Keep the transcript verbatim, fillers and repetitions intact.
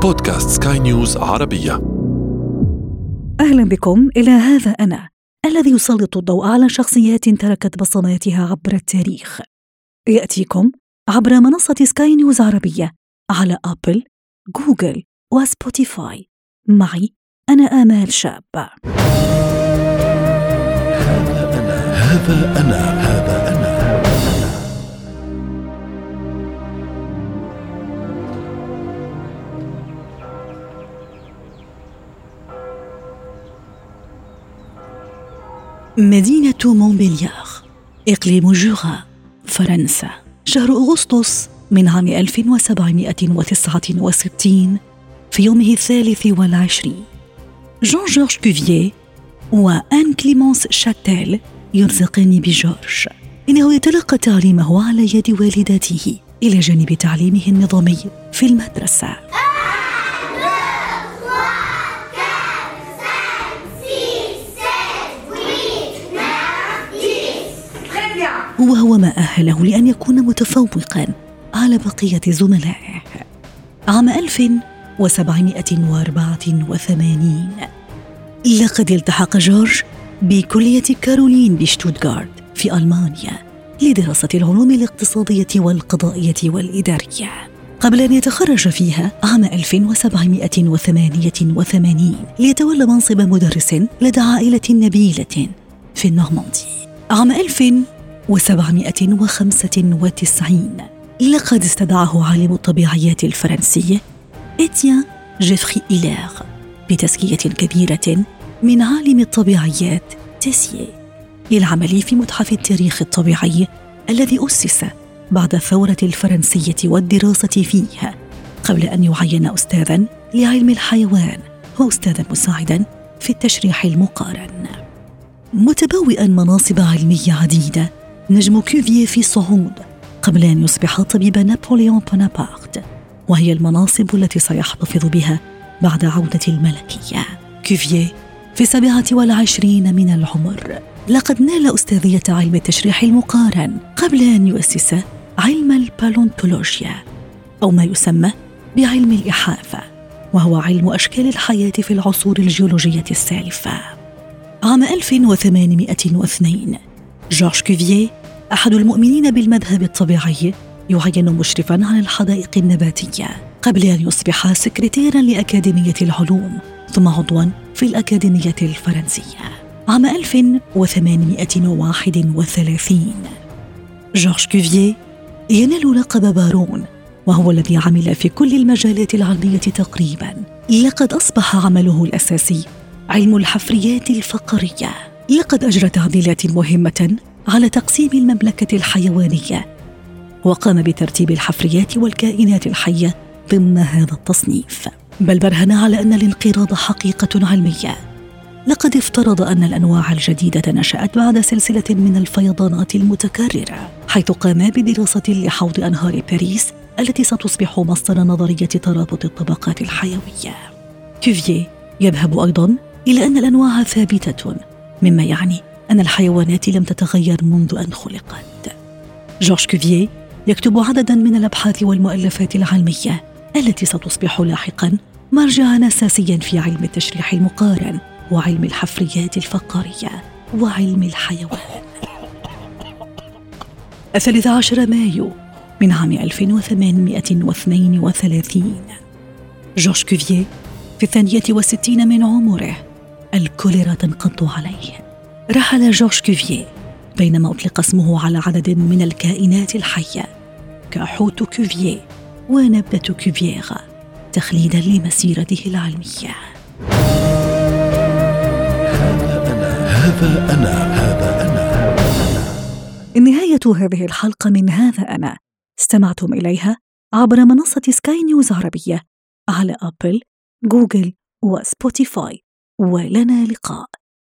بودكاست سكاي نيوز عربية. أهلا بكم إلى هذا أنا الذي يسلط الضوء على شخصيات تركت بصماتها عبر التاريخ. يأتيكم عبر منصة سكاي نيوز عربية على أبل، جوجل وسبوتيفاي. معي أنا آمال شاب. هذا أنا هذا أنا هذا أنا مدينة مونبليار، إقليم جورا، فرنسا، شهر أغسطس من عام ألف وسبعمائة وتسعة وستين. في يومه الثالث والعشرين، جون جورج كوفييه وآن كليمانس شاتيل يرزقان بجورج. إنه يتلقى تعليمه على يد والدته إلى جانب تعليمه النظامي في المدرسة. وهو ما أهله لأن يكون متفوقاً على بقية زملائه. عام ألف وسبعمائة وأربعة وثمانين لقد التحق جورج بكلية كارولين بشتوتغارت في ألمانيا لدراسة العلوم الاقتصادية والقضائية والإدارية، قبل أن يتخرج فيها عام ألف وسبعمائة وثمانية وثمانين ليتولى منصب مدرس لدى عائلة نبيلة في النورماندي. عام ألف وسبعمائة وخمسة وتسعين لقد استدعاه عالم الطبيعيات الفرنسي إتيان جيفري إيلير بتزكية كبيرة من عالم الطبيعيات تيسيه للعمل في متحف التاريخ الطبيعي الذي أسس بعد الثورة الفرنسية والدراسة فيه، قبل أن يعين أستاذاً لعلم الحيوان وأستاذاً مساعداً في التشريح المقارن. متبوئاً مناصب علمية عديدة، نجم كوفييه في الصعود قبل أن يصبح طبيب نابليون بونابرت، وهي المناصب التي سيحتفظ بها بعد عودة الملكية. كوفييه في السابعة والعشرين من العمر لقد نال أستاذية علم التشريح المقارن قبل أن يؤسس علم البالونتولوجيا، أو ما يسمى بعلم الإحافة، وهو علم أشكال الحياة في العصور الجيولوجية السالفة. عام ألف وثمانمائة واثنين جورج كوفييه أحد المؤمنين بالمذهب الطبيعي يعين مشرفاً على الحدائق النباتية قبل أن يصبح سكرتيراً لأكاديمية العلوم ثم عضواً في الأكاديمية الفرنسية. عام ألف وثمانمائة وواحد وثلاثين جورج كوفييه ينال لقب بارون، وهو الذي عمل في كل المجالات العلمية تقريباً. لقد أصبح عمله الأساسي علم الحفريات الفقرية. لقد أجرى تعديلات مهمة على تقسيم المملكة الحيوانية، وقام بترتيب الحفريات والكائنات الحية ضمن هذا التصنيف، بل برهن على أن الانقراض حقيقة علمية. لقد افترض أن الأنواع الجديدة نشأت بعد سلسلة من الفيضانات المتكررة، حيث قام بدراسة لحوض أنهار باريس التي ستصبح مصدر نظرية ترابط الطبقات الحيوية. كوفييه يذهب أيضاً إلى أن الأنواع ثابتة، مما يعني أن الحيوانات لم تتغير منذ أن خلقت. جورج كوفييه يكتب عدداً من الأبحاث والمؤلفات العلمية التي ستصبح لاحقاً مرجعاً أساسياً في علم التشريح المقارن وعلم الحفريات الفقارية وعلم الحيوان. الثالث عشر مايو من عام ألف وثمانمائة واثنين وثلاثين جورج كوفييه في الثانية والستين من عمره الكوليرا تنقض عليه. رحل جورج كوفييه بينما أطلق اسمه على عدد من الكائنات الحية كحوت كوفييه ونبتة كوفييغا تخليداً لمسيرته العلمية. هذا أنا هذا أنا نهاية هذه الحلقة من هذا أنا استمعتم إليها عبر منصة سكاي نيوز عربية على أبل، جوجل وسبوتيفاي، ولنا لقاء.